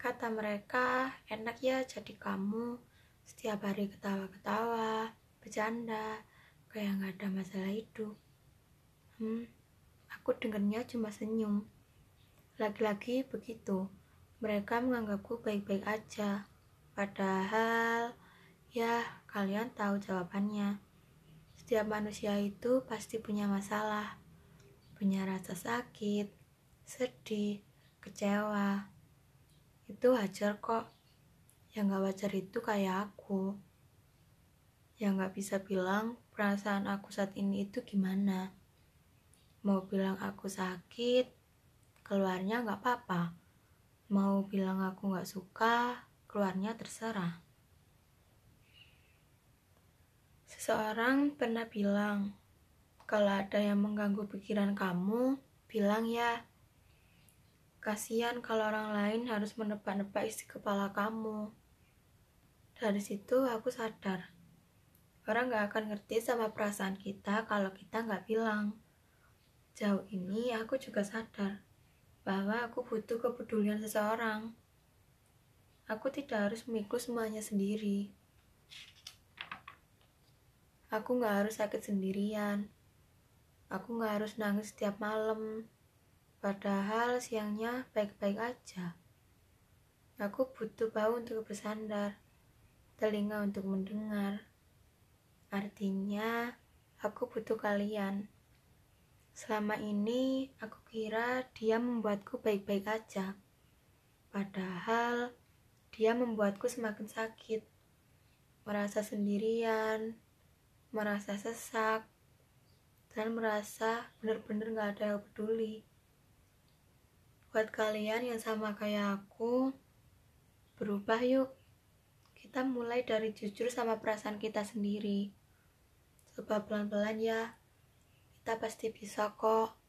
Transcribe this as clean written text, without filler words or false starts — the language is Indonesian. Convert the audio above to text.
Kata mereka, enak ya jadi kamu. Setiap hari ketawa-ketawa, bercanda, kayak gak ada masalah hidup. Aku dengernya cuma senyum. Lagi-lagi begitu, mereka menganggapku baik-baik aja. Padahal, ya kalian tahu jawabannya. Setiap manusia itu pasti punya masalah. Punya rasa sakit, sedih, kecewa. Itu wajar kok. Yang gak wajar itu kayak aku. Yang gak bisa bilang perasaan aku saat ini itu gimana. Mau bilang aku sakit, keluarnya gak apa-apa. Mau bilang aku gak suka, keluarnya terserah. Seseorang pernah bilang, kalau ada yang mengganggu pikiran kamu, bilang ya. Kasihan kalau orang lain harus menebak-nebak isi kepala kamu. Dari situ aku sadar, orang gak akan ngerti sama perasaan kita kalau kita gak bilang. Jauh ini aku juga sadar bahwa aku butuh kepedulian seseorang. Aku tidak harus memikul semuanya sendiri. Aku gak harus sakit sendirian. Aku gak harus nangis setiap malam. Padahal siangnya baik-baik aja. Aku butuh bahu untuk bersandar, telinga untuk mendengar. Artinya, aku butuh kalian. Selama ini, aku kira dia membuatku baik-baik aja. Padahal, dia membuatku semakin sakit. Merasa sendirian, merasa sesak, dan merasa benar-benar gak ada yang peduli. Buat kalian yang sama kayak aku, berubah yuk. Kita mulai dari jujur sama perasaan kita sendiri. Coba pelan-pelan ya. Kita pasti bisa kok.